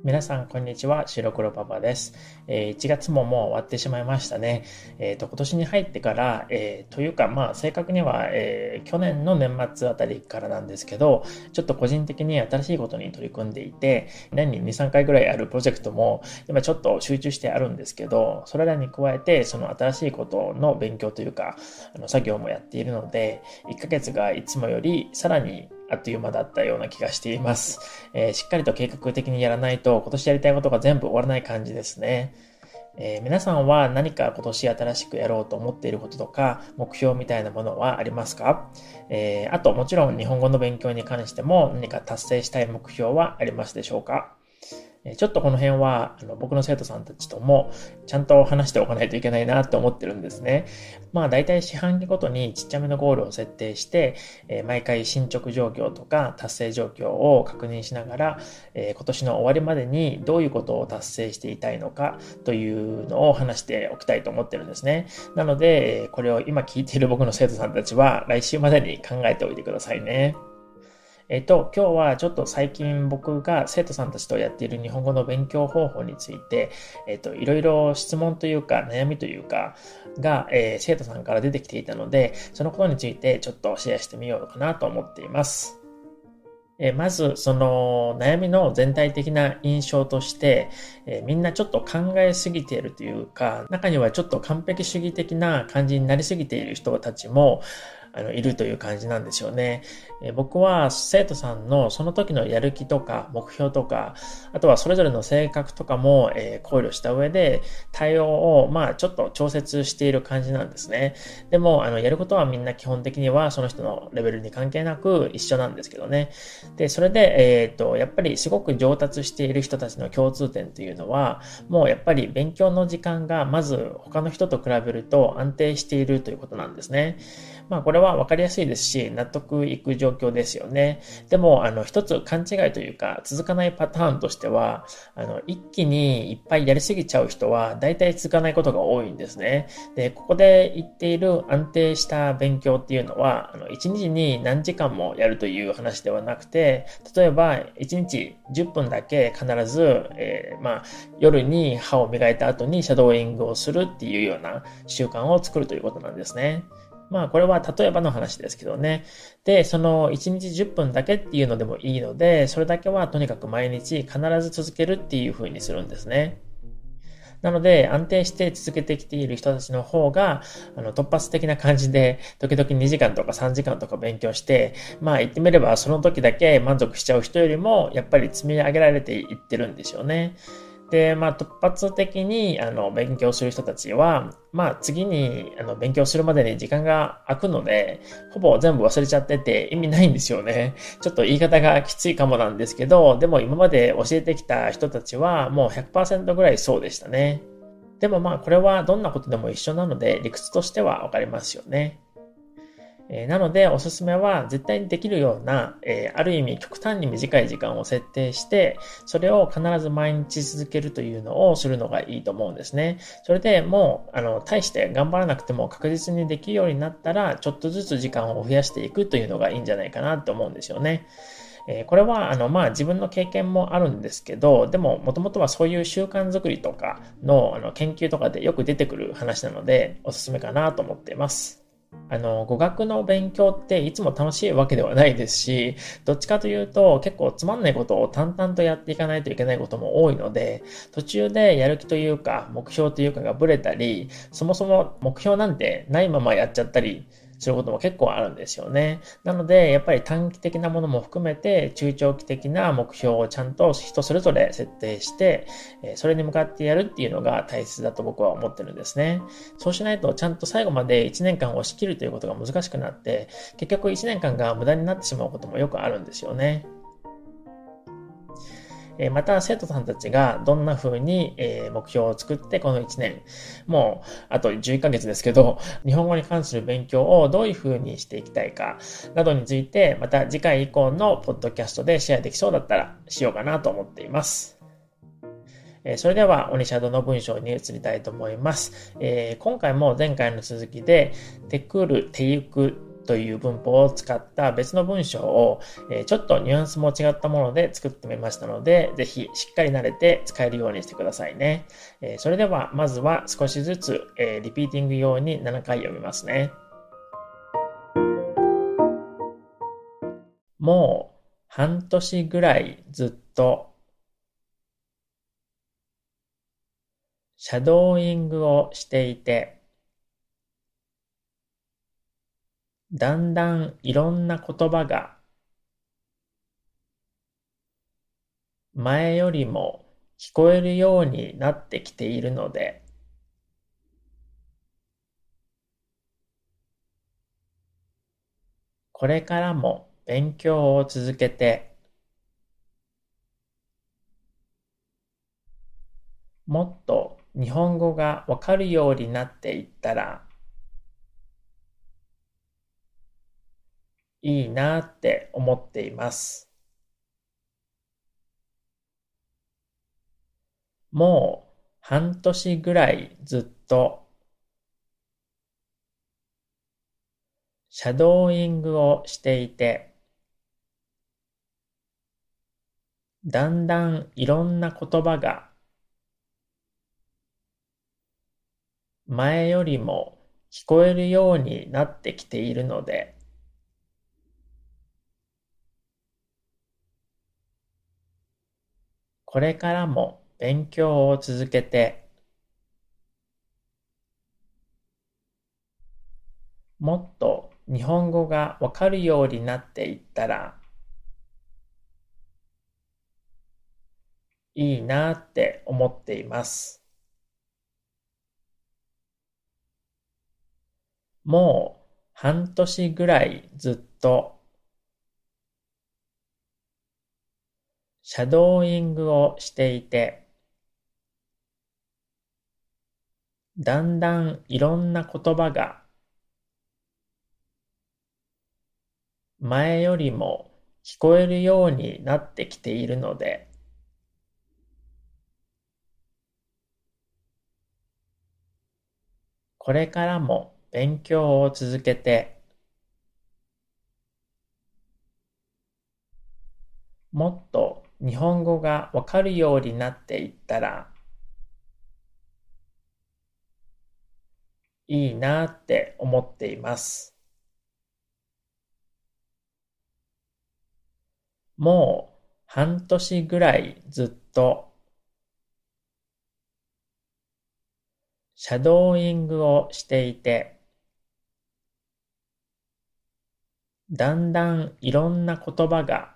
皆さん、こんにちは。白黒パパです。1月ももう終わってしまいましたね。今年に入ってから、というか、正確には、去年の年末あたりからなんですけど、ちょっと個人的に新しいことに取り組んでいて、年に2、3回ぐらいあるプロジェクトも、今ちょっと集中してあるんですけど、それらに加えて、その新しいことの勉強というか、作業もやっているので、1ヶ月がいつもよりさらにあっという間だったような気がしています。しっかりと計画的にやらないと今年やりたいことが全部終わらない感じですね。皆さんは何か今年新しくやろうと思っていることとか目標みたいなものはありますか？あともちろん日本語の勉強に関しても何か達成したい目標はありますでしょうか？ちょっとこの辺は僕の生徒さんたちともちゃんと話しておかないといけないなと思ってるんですね。だいたい四半期ごとにちっちゃめのゴールを設定して、毎回進捗状況とか達成状況を確認しながら、今年の終わりまでにどういうことを達成していたいのかというのを話しておきたいと思ってるんですね。なので、これを今聞いている僕の生徒さんたちは来週までに考えておいてくださいね。今日はちょっと最近僕が生徒さんたちとやっている日本語の勉強方法について、いろいろ質問というか悩みというかが、生徒さんから出てきていたので、そのことについてちょっとシェアしてみようかなと思っています。まず、その悩みの全体的な印象として、みんなちょっと考えすぎているというか、中にはちょっと完璧主義的な感じになりすぎている人たちも、いるという感じなんですよね。僕は生徒さんのその時のやる気とか目標とか、あとはそれぞれの性格とかも、考慮した上で対応をちょっと調節している感じなんですね。でもやることはみんな基本的にはその人のレベルに関係なく一緒なんですけどね。で、それでやっぱりすごく上達している人たちの共通点というのは、もうやっぱり勉強の時間がまず他の人と比べると安定しているということなんですね。これは分かりやすいですし、納得いく状況ですよね。でも、一つ勘違いというか、続かないパターンとしては、一気にいっぱいやりすぎちゃう人は、大体続かないことが多いんですね。で、ここで言っている安定した勉強っていうのは、一日に何時間もやるという話ではなくて、例えば、一日10分だけ必ず、夜に歯を磨いた後にシャドーイングをするっていうような習慣を作るということなんですね。これは例えばの話ですけどね。で、その1日10分だけっていうのでもいいので、それだけはとにかく毎日必ず続けるっていう風にするんですね。なので、安定して続けてきている人たちの方が、突発的な感じで、時々2時間とか3時間とか勉強して、言ってみればその時だけ満足しちゃう人よりも、やっぱり積み上げられていってるんですよね。で、突発的に、勉強する人たちは、次に、勉強するまでに時間が空くので、ほぼ全部忘れちゃってて意味ないんですよね。ちょっと言い方がきついかもなんですけど、でも今まで教えてきた人たちはもう 100% ぐらいそうでしたね。でもこれはどんなことでも一緒なので、理屈としてはわかりますよね。なので、おすすめは絶対にできるような、ある意味極端に短い時間を設定して、それを必ず毎日続けるというのをするのがいいと思うんですね。それでもう、大して頑張らなくても確実にできるようになったら、ちょっとずつ時間を増やしていくというのがいいんじゃないかなと思うんですよね。これは、自分の経験もあるんですけど、でも、もともとはそういう習慣づくりとかの、研究とかでよく出てくる話なので、おすすめかなと思っています。語学の勉強っていつも楽しいわけではないですし、どっちかというと結構つまんないことを淡々とやっていかないといけないことも多いので、途中でやる気というか目標というかがブレたり、そもそも目標なんてないままやっちゃったりすることも結構あるんですよね。なので、やっぱり短期的なものも含めて中長期的な目標をちゃんと人それぞれ設定して、それに向かってやるっていうのが大切だと僕は思ってるんですね。そうしないとちゃんと最後まで1年間押し切るということが難しくなって、結局1年間が無駄になってしまうこともよくあるんですよね。また生徒さんたちがどんな風に目標を作ってこの1年、もうあと11ヶ月ですけど、日本語に関する勉強をどういう風にしていきたいかなどについて、また次回以降のポッドキャストでシェアできそうだったらしようかなと思っています。それではオニシャドの文章に移りたいと思います。今回も前回の続きでテクる、テユクという文法を使った別の文章を、ちょっとニュアンスも違ったもので作ってみましたので、ぜひしっかり慣れて使えるようにしてくださいね。それではまずは少しずつ、リピーティング用に7回読みますね。もう半年ぐらいずっとシャドーイングをしていて、だんだんいろんな言葉が前よりも聞こえるようになってきているので、これからも勉強を続けて、もっと日本語がわかるようになっていったらいいなって思っています。もう半年ぐらいずっとシャドーイングをしていて、だんだんいろんな言葉が前よりも聞こえるようになってきているので、これからも勉強を続けて、もっと日本語がわかるようになっていったらいいなって思っています。もう半年ぐらいずっとシャドーイングをしていて、だんだんいろんな言葉が前よりも聞こえるようになってきているので、これからも勉強を続けて、もっと日本語がわかるようになっていったらいいなって思っています。もう半年ぐらいずっとシャドーイングをしていて、だんだんいろんな言葉が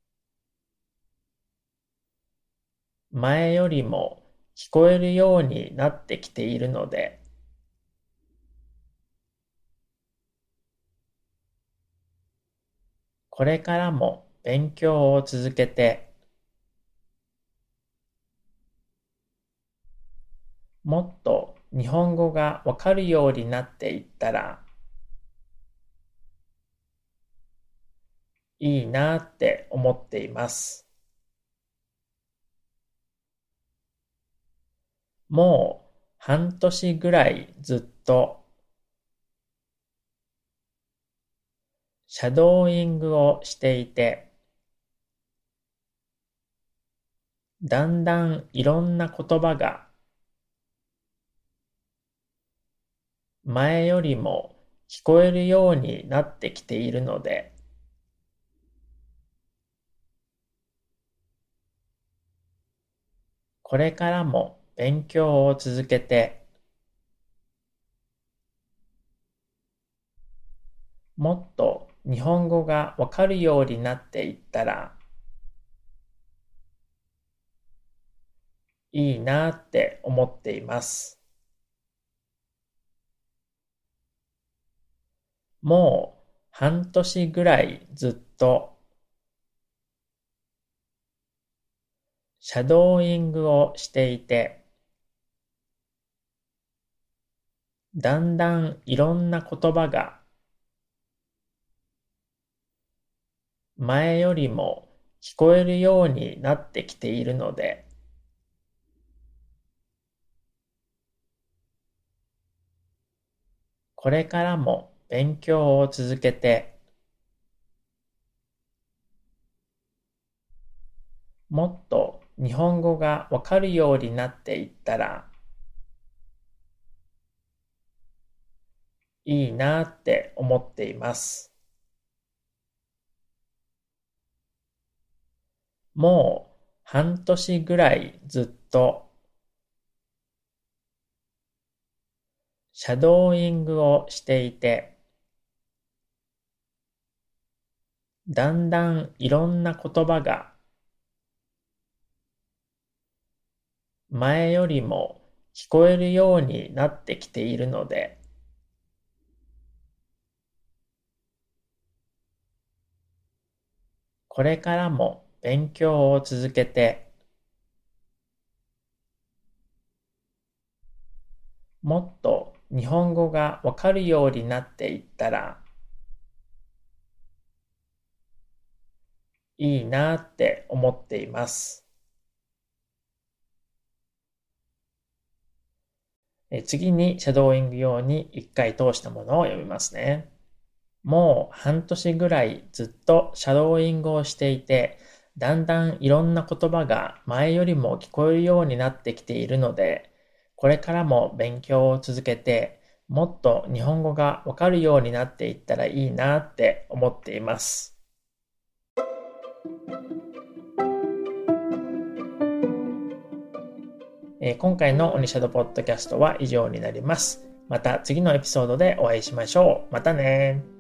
前よりも聞こえるようになってきているので、これからも勉強を続けて、もっと日本語がわかるようになっていったらいいなって思っています。もう半年ぐらいずっとシャドーイングをしていて、だんだんいろんな言葉が前よりも聞こえるようになってきているので、これからも勉強を続けて、もっと日本語がわかるようになっていったらいいなって思っています。もう半年ぐらいずっとシャドーイングをしていて、だんだんいろんな言葉が前よりも聞こえるようになってきているので、これからも勉強を続けて、もっと日本語がわかるようになっていったらいいなって思っています。もう半年ぐらいずっとシャドーイングをしていて、だんだんいろんな言葉が前よりも聞こえるようになってきているので、これからも勉強を続けて、もっと日本語がわかるようになっていったらいいなって思っています。次にシャドーイング用に1回通したものを読みますね。もう半年ぐらいずっとシャドーイングをしていて、だんだんいろんな言葉が前よりも聞こえるようになってきているので、これからも勉強を続けて、もっと日本語がわかるようになっていったらいいなって思っています。今回のオニシャドポッドキャストは以上になります。また次のエピソードでお会いしましょう。またね。